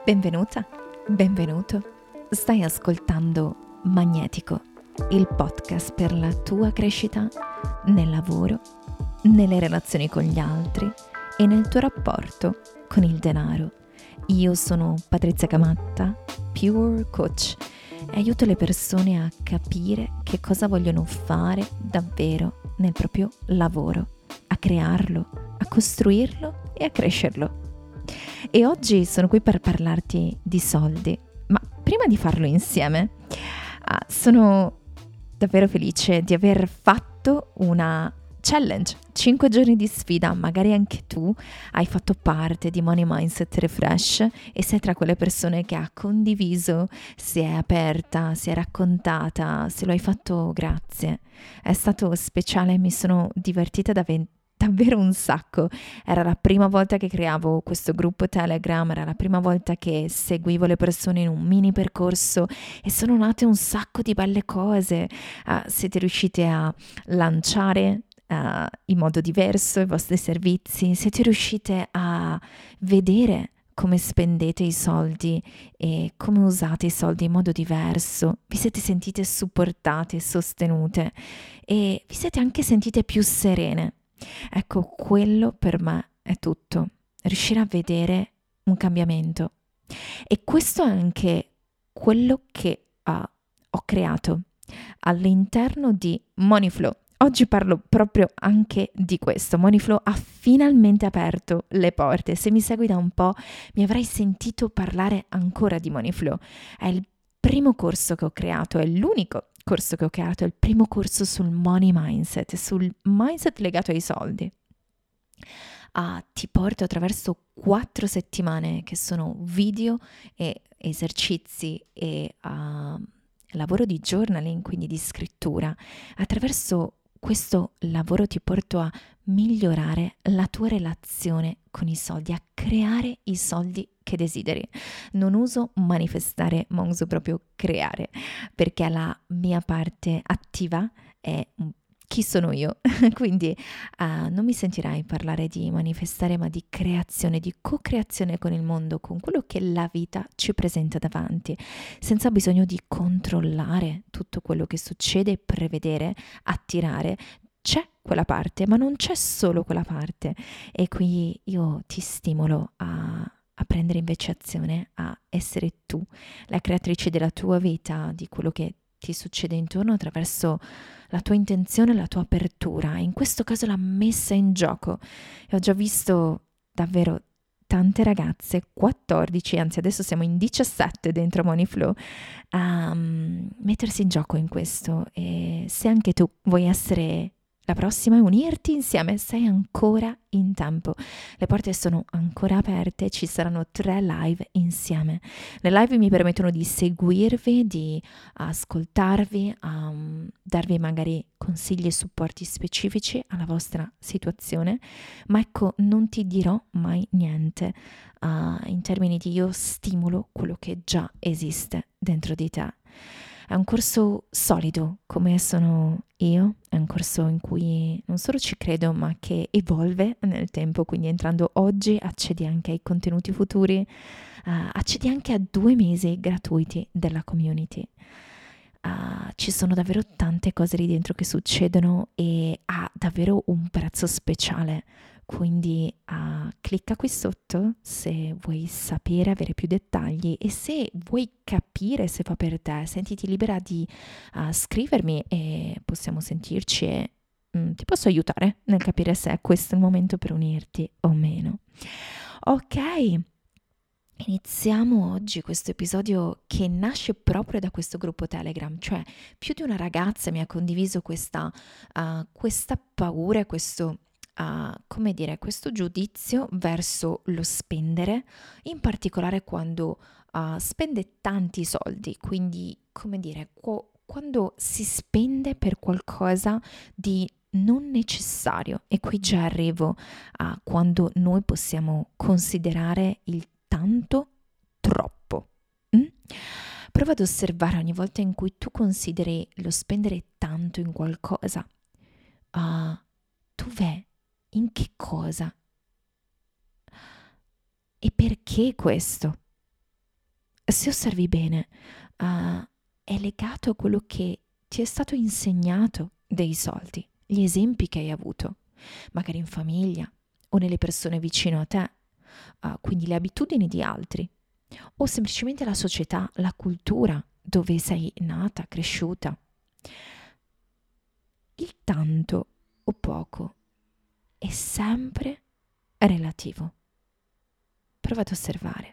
Benvenuta, benvenuto. Stai ascoltando Magnetico, il podcast per la tua crescita nel lavoro, nelle relazioni con gli altri e nel tuo rapporto con il denaro. Io sono Patrizia Camatta, Pure Coach, e aiuto le persone a capire che cosa vogliono fare davvero nel proprio lavoro, a crearlo, a costruirlo e a crescerlo. E oggi sono qui per parlarti di soldi, ma prima di farlo insieme, sono davvero felice di aver fatto una challenge, 5 giorni di sfida. Magari anche tu hai fatto parte di Money Mindset Refresh e sei tra quelle persone che ha condiviso, si è aperta, si è raccontata, se lo hai fatto grazie. È stato speciale, mi sono divertita davvero un sacco. Era la prima volta che creavo questo gruppo Telegram, era la prima volta che seguivo le persone in un mini percorso e sono nate un sacco di belle cose. Siete riuscite a lanciare in modo diverso i vostri servizi, siete riuscite a vedere come spendete i soldi e come usate i soldi in modo diverso, vi siete sentite supportate, sostenute e vi siete anche sentite più serene. Ecco, quello per me è tutto, riuscire a vedere un cambiamento. E questo è anche quello che ho creato all'interno di Moneyflow. Oggi parlo proprio anche di questo. Moneyflow ha finalmente aperto le porte. Se mi segui da un po' mi avrai sentito parlare ancora di Moneyflow. È il primo corso che ho creato, è l'unico corso che ho creato, è il primo corso sul money mindset, sul mindset legato ai soldi. Ti porto attraverso 4 settimane che sono video e esercizi e lavoro di journaling, quindi di scrittura. Attraverso questo lavoro ti porto a migliorare la tua relazione con i soldi, a creare i soldi che desideri. Non uso manifestare, ma uso proprio creare, perché la mia parte attiva è chi sono io. Quindi non mi sentirai parlare di manifestare, ma di creazione, di co-creazione con il mondo, con quello che la vita ci presenta davanti, senza bisogno di controllare tutto quello che succede, prevedere, attirare. C'è quella parte, ma non c'è solo quella parte. E qui io ti stimolo a prendere invece azione, a essere tu, la creatrice della tua vita, di quello che ti succede intorno attraverso la tua intenzione, la tua apertura. In questo caso l'ha messa in gioco. E ho già visto davvero tante ragazze, 14, anzi adesso siamo in 17 dentro Moneyflow, a mettersi in gioco in questo. E se anche tu vuoi essere la prossima e unirti insieme, sei ancora in tempo. Le porte sono ancora aperte, ci saranno 3 live insieme. Le live mi permettono di seguirvi, di ascoltarvi, darvi magari consigli e supporti specifici alla vostra situazione, ma ecco, non ti dirò mai niente in termini di io stimolo quello che già esiste dentro di te. È un corso solido, come sono io, è un corso in cui non solo ci credo, ma che evolve nel tempo, quindi entrando oggi accedi anche ai contenuti futuri, accedi anche a 2 mesi gratuiti della community. Ci sono davvero tante cose lì dentro che succedono e ha davvero un prezzo speciale. Quindi clicca qui sotto se vuoi sapere, avere più dettagli e se vuoi capire se fa per te, sentiti libera di scrivermi e possiamo sentirci e ti posso aiutare nel capire se è questo il momento per unirti o meno. Ok, iniziamo oggi questo episodio che nasce proprio da questo gruppo Telegram, cioè più di una ragazza mi ha condiviso questa paura, questo giudizio verso lo spendere, in particolare quando spende tanti soldi, quindi quando si spende per qualcosa di non necessario. E qui già arrivo a quando noi possiamo considerare il tanto troppo. Prova ad osservare ogni volta in cui tu consideri lo spendere tanto in qualcosa, dov'è? In che cosa? E perché questo? se osservi bene, è legato a quello che ti è stato insegnato dei soldi, gli esempi che hai avuto, magari in famiglia o nelle persone vicino a te, quindi le abitudini di altri, o semplicemente la società, la cultura dove sei nata, cresciuta. Il tanto o poco è sempre relativo. Prova ad osservare.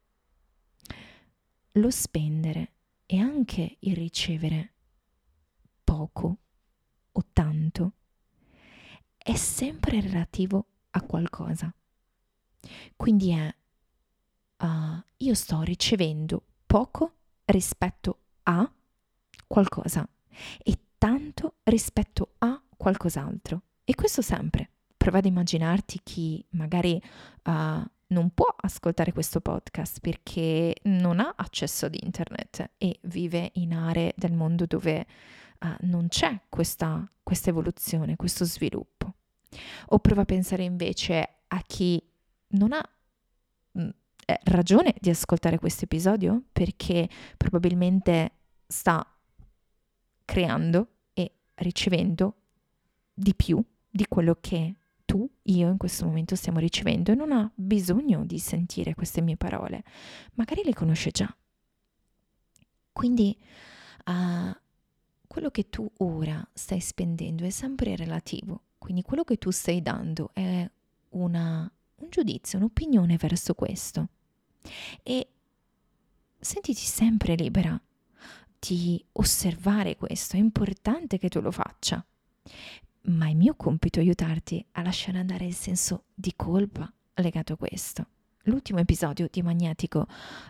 Lo spendere e anche il ricevere poco o tanto è sempre relativo a qualcosa. Quindi è io sto ricevendo poco rispetto a qualcosa e tanto rispetto a qualcos'altro. E questo sempre. Prova ad immaginarti chi magari non può ascoltare questo podcast perché non ha accesso ad internet e vive in aree del mondo dove non c'è questa evoluzione, questo sviluppo. O prova a pensare invece a chi non ha ragione di ascoltare questo episodio perché probabilmente sta creando e ricevendo di più di quello che tu, io in questo momento stiamo ricevendo e non ha bisogno di sentire queste mie parole. Magari le conosce già. Quindi quello che tu ora stai spendendo è sempre relativo. Quindi quello che tu stai dando è un giudizio, un'opinione verso questo. E sentiti sempre libera di osservare questo, è importante che tu lo faccia, ma è mio compito aiutarti a lasciare andare il senso di colpa legato a questo. L'ultimo episodio di Magnetico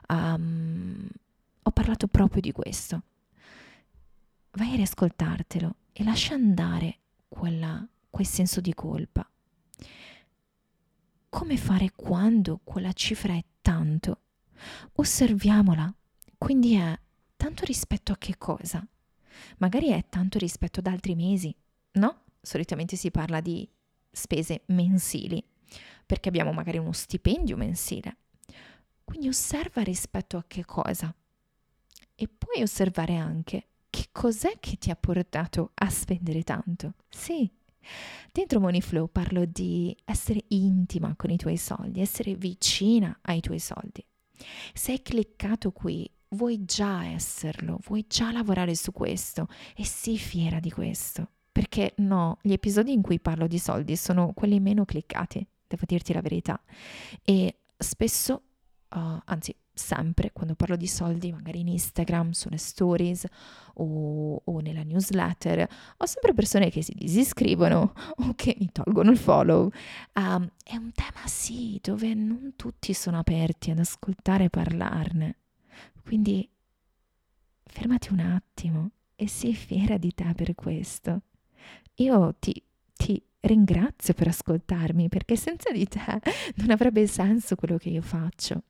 ho parlato proprio di questo. Vai a riascoltartelo e lascia andare quel senso di colpa. Come fare quando quella cifra è tanto? Osserviamola. Quindi è tanto rispetto a che cosa? Magari è tanto rispetto ad altri mesi, no? Solitamente si parla di spese mensili, perché abbiamo magari uno stipendio mensile. Quindi osserva rispetto a che cosa. E puoi osservare anche che cos'è che ti ha portato a spendere tanto. Sì, dentro Moneyflow parlo di essere intima con i tuoi soldi, essere vicina ai tuoi soldi. Se hai cliccato qui, vuoi già esserlo, vuoi già lavorare su questo e sii fiera di questo. Perché no, gli episodi in cui parlo di soldi sono quelli meno cliccati, devo dirti la verità. E spesso, anzi sempre, quando parlo di soldi, magari in Instagram, sulle stories o nella newsletter, ho sempre persone che si disiscrivono o che mi tolgono il follow. È un tema sì, dove non tutti sono aperti ad ascoltare e parlarne. Quindi fermati un attimo e sii fiera di te per questo. Io ti ringrazio per ascoltarmi perché senza di te non avrebbe senso quello che io faccio.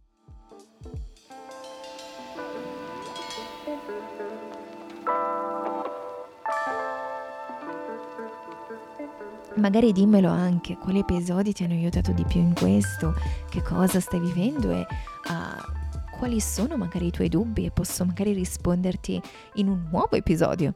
Magari dimmelo anche, quali episodi ti hanno aiutato di più in questo, che cosa stai vivendo e quali sono magari i tuoi dubbi e posso magari risponderti in un nuovo episodio.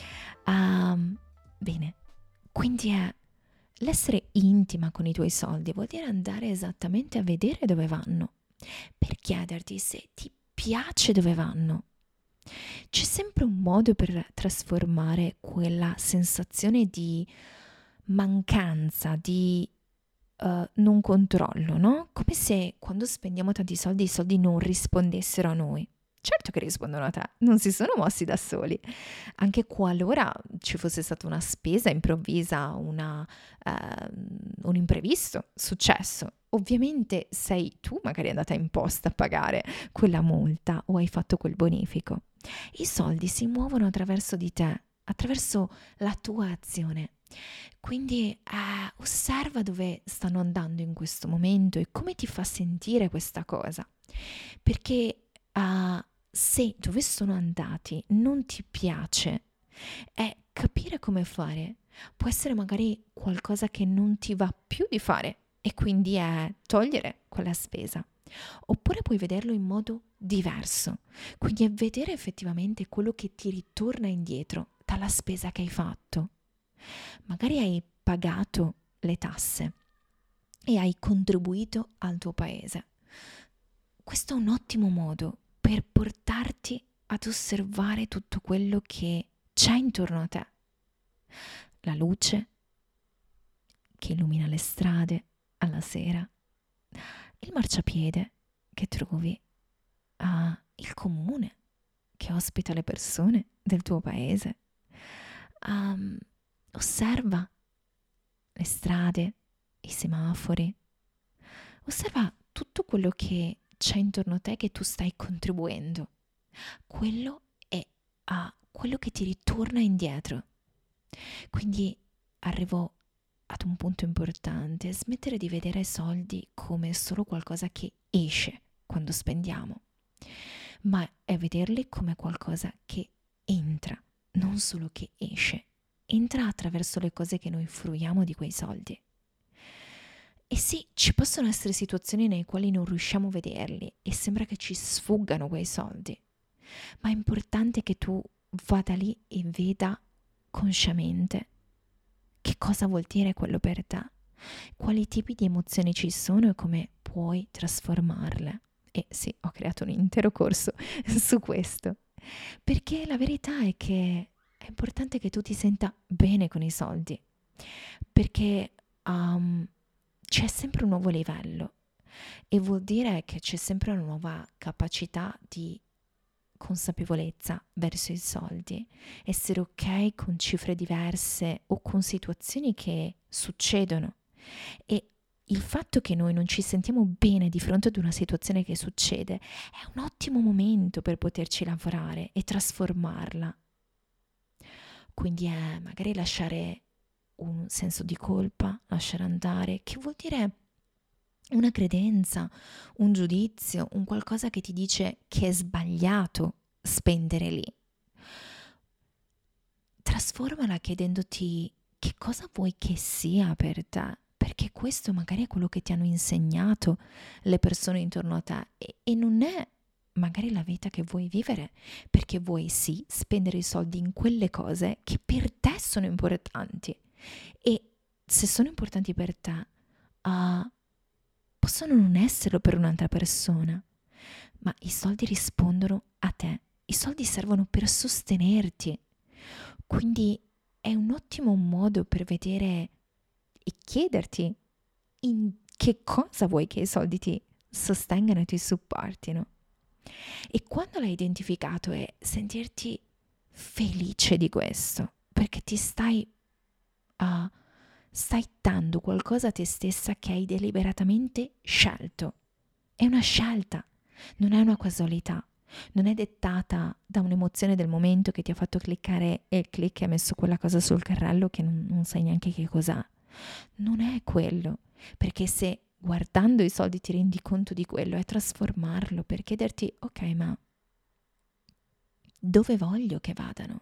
Bene, quindi l'essere intima con i tuoi soldi vuol dire andare esattamente a vedere dove vanno, per chiederti se ti piace dove vanno. C'è sempre un modo per trasformare quella sensazione di mancanza, di non controllo, no? Come se quando spendiamo tanti soldi i soldi non rispondessero a noi. Certo che rispondono a te, non si sono mossi da soli. Anche qualora ci fosse stata una spesa improvvisa, un imprevisto successo, ovviamente sei tu magari andata in posta a pagare quella multa o hai fatto quel bonifico. I soldi si muovono attraverso di te, attraverso la tua azione. Quindi osserva dove stanno andando in questo momento e come ti fa sentire questa cosa. Perché se dove sono andati non ti piace, è capire come fare. Può essere magari qualcosa che non ti va più di fare e quindi è togliere quella spesa. Oppure puoi vederlo in modo diverso, quindi è vedere effettivamente quello che ti ritorna indietro dalla spesa che hai fatto. Magari hai pagato le tasse e hai contribuito al tuo paese. Questo è un ottimo modo per portarti ad osservare tutto quello che c'è intorno a te. La luce che illumina le strade alla sera, il marciapiede che trovi, il comune che ospita le persone del tuo paese. Osserva le strade, i semafori, osserva tutto quello che c'è intorno a te che tu stai contribuendo. Quello è quello che ti ritorna indietro. Quindi arrivo ad un punto importante: smettere di vedere i soldi come solo qualcosa che esce quando spendiamo, ma è vederli come qualcosa che entra, non solo che esce. Entra attraverso le cose che noi fruiamo di quei soldi. E sì, ci possono essere situazioni nelle quali non riusciamo a vederli e sembra che ci sfuggano quei soldi, ma è importante che tu vada lì e veda consciamente che cosa vuol dire quello per te, quali tipi di emozioni ci sono e come puoi trasformarle. E sì, ho creato un intero corso su questo, perché la verità è che è importante che tu ti senta bene con i soldi, perché c'è sempre un nuovo livello e vuol dire che c'è sempre una nuova capacità di consapevolezza verso i soldi, essere ok con cifre diverse o con situazioni che succedono. E il fatto che noi non ci sentiamo bene di fronte ad una situazione che succede è un ottimo momento per poterci lavorare e trasformarla. Quindi è magari lasciare un senso di colpa, lasciare andare, che vuol dire una credenza, un giudizio, un qualcosa che ti dice che è sbagliato spendere lì. Trasformala chiedendoti che cosa vuoi che sia per te, perché questo magari è quello che ti hanno insegnato le persone intorno a te e non è magari la vita che vuoi vivere, perché vuoi sì spendere i soldi in quelle cose che per te sono importanti e se sono importanti per te, possono non esserlo per un'altra persona, ma i soldi rispondono a te, i soldi servono per sostenerti, quindi è un ottimo modo per vedere e chiederti in che cosa vuoi che i soldi ti sostengano e ti supportino. E quando l'hai identificato è sentirti felice di questo, perché ti stai dando qualcosa a te stessa che hai deliberatamente scelto. È una scelta, non è una casualità, non è dettata da un'emozione del momento che ti ha fatto cliccare e il click e ha messo quella cosa sul carrello che non sai neanche che cos'ha. Non è quello, perché se guardando i soldi ti rendi conto di quello, è trasformarlo per chiederti: ok, ma dove voglio che vadano?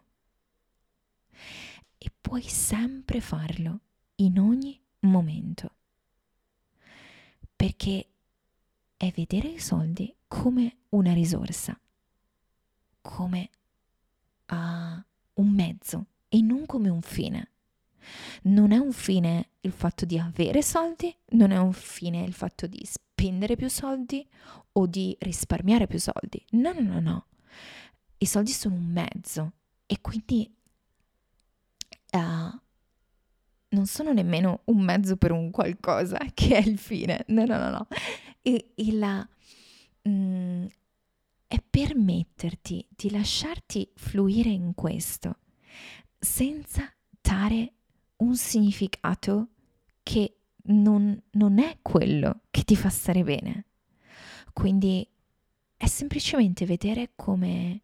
E puoi sempre farlo in ogni momento, perché è vedere i soldi come una risorsa, come un mezzo e non come un fine. Non è un fine il fatto di avere soldi, non è un fine il fatto di spendere più soldi o di risparmiare più soldi. No, no, no, no. I soldi sono un mezzo e quindi non sono nemmeno un mezzo per un qualcosa che è il fine. No, no, no, no. È permetterti di lasciarti fluire in questo senza dare un significato che non è quello che ti fa stare bene. Quindi è semplicemente vedere come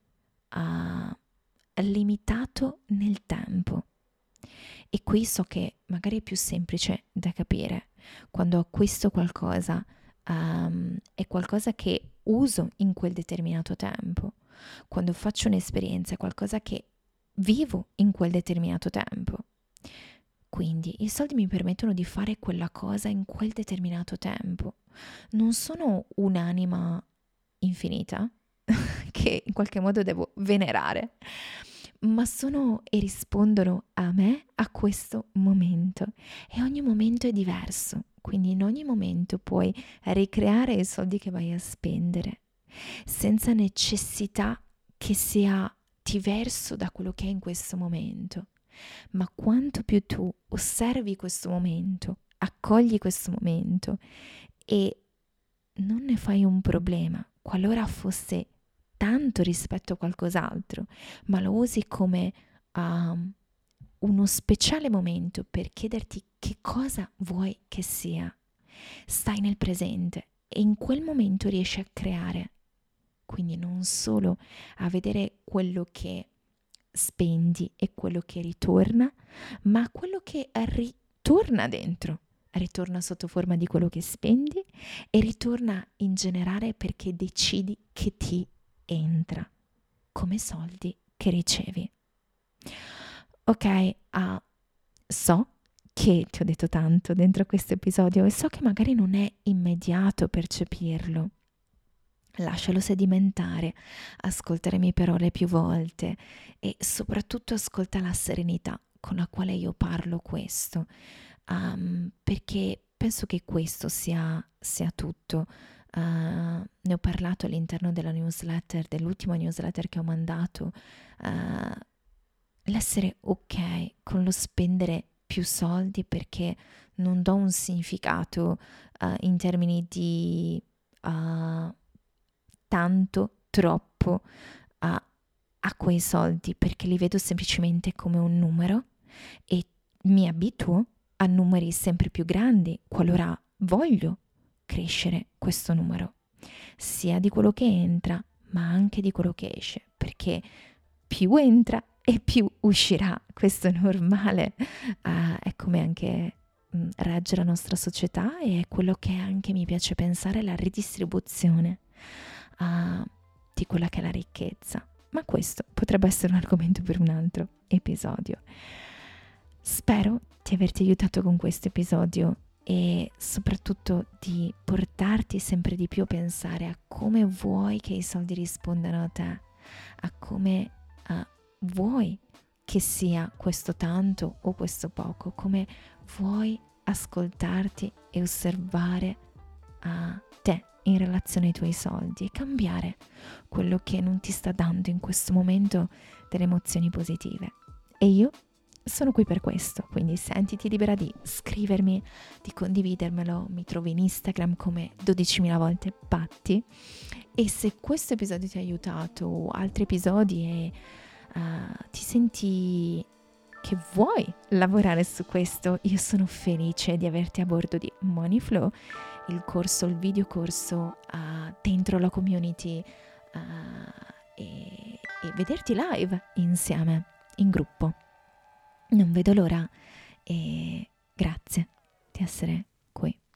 limitato nel tempo. E qui so che magari è più semplice da capire. Quando acquisto qualcosa, è qualcosa che uso in quel determinato tempo. Quando faccio un'esperienza, è qualcosa che vivo in quel determinato tempo. Quindi i soldi mi permettono di fare quella cosa in quel determinato tempo. non sono un'anima infinita che in qualche modo devo venerare, ma sono e rispondono a me a questo momento, e ogni momento è diverso, quindi in ogni momento puoi ricreare i soldi che vai a spendere senza necessità che sia diverso da quello che è in questo momento. Ma quanto più tu osservi questo momento, accogli questo momento e non ne fai un problema, qualora fosse tanto rispetto a qualcos'altro, ma lo usi come uno speciale momento per chiederti che cosa vuoi che sia. Stai nel presente e in quel momento riesci a creare. Quindi non solo a vedere quello che spendi e quello che ritorna, ma quello che ritorna dentro. Ritorna sotto forma di quello che spendi e ritorna in generale perché decidi che ti entra come soldi che ricevi. Ok, so che ti ho detto tanto dentro questo episodio e so che magari non è immediato percepirlo. Lascialo sedimentare, ascolta le mie parole più volte e soprattutto ascolta la serenità con la quale io parlo questo, perché penso che questo sia tutto. Ne ho parlato all'interno della newsletter, dell'ultima newsletter che ho mandato, l'essere ok con lo spendere più soldi perché non do un significato in termini di tanto, troppo a quei soldi, perché li vedo semplicemente come un numero e mi abituo a numeri sempre più grandi qualora voglio crescere questo numero, sia di quello che entra ma anche di quello che esce, perché più entra e più uscirà, questo è normale, è come anche regge la nostra società e è quello che anche mi piace pensare, la ridistribuzione di quella che è la ricchezza. Ma questo potrebbe essere un argomento per un altro episodio. Spero di averti aiutato con questo episodio e soprattutto di portarti sempre di più a pensare a come vuoi che i soldi rispondano a te, a come vuoi che sia questo tanto o questo poco, come vuoi ascoltarti e osservare a te in relazione ai tuoi soldi e cambiare quello che non ti sta dando in questo momento delle emozioni positive. E io sono qui per questo, quindi sentiti libera di scrivermi, di condividermelo. Mi trovi in Instagram come 12.000 volte Patti, e se questo episodio ti ha aiutato o altri episodi e ti senti che vuoi lavorare su questo, io sono felice di averti a bordo di Money Flow, il corso, il video corso dentro la community, e vederti live insieme, in gruppo. Non vedo l'ora e grazie di essere qui.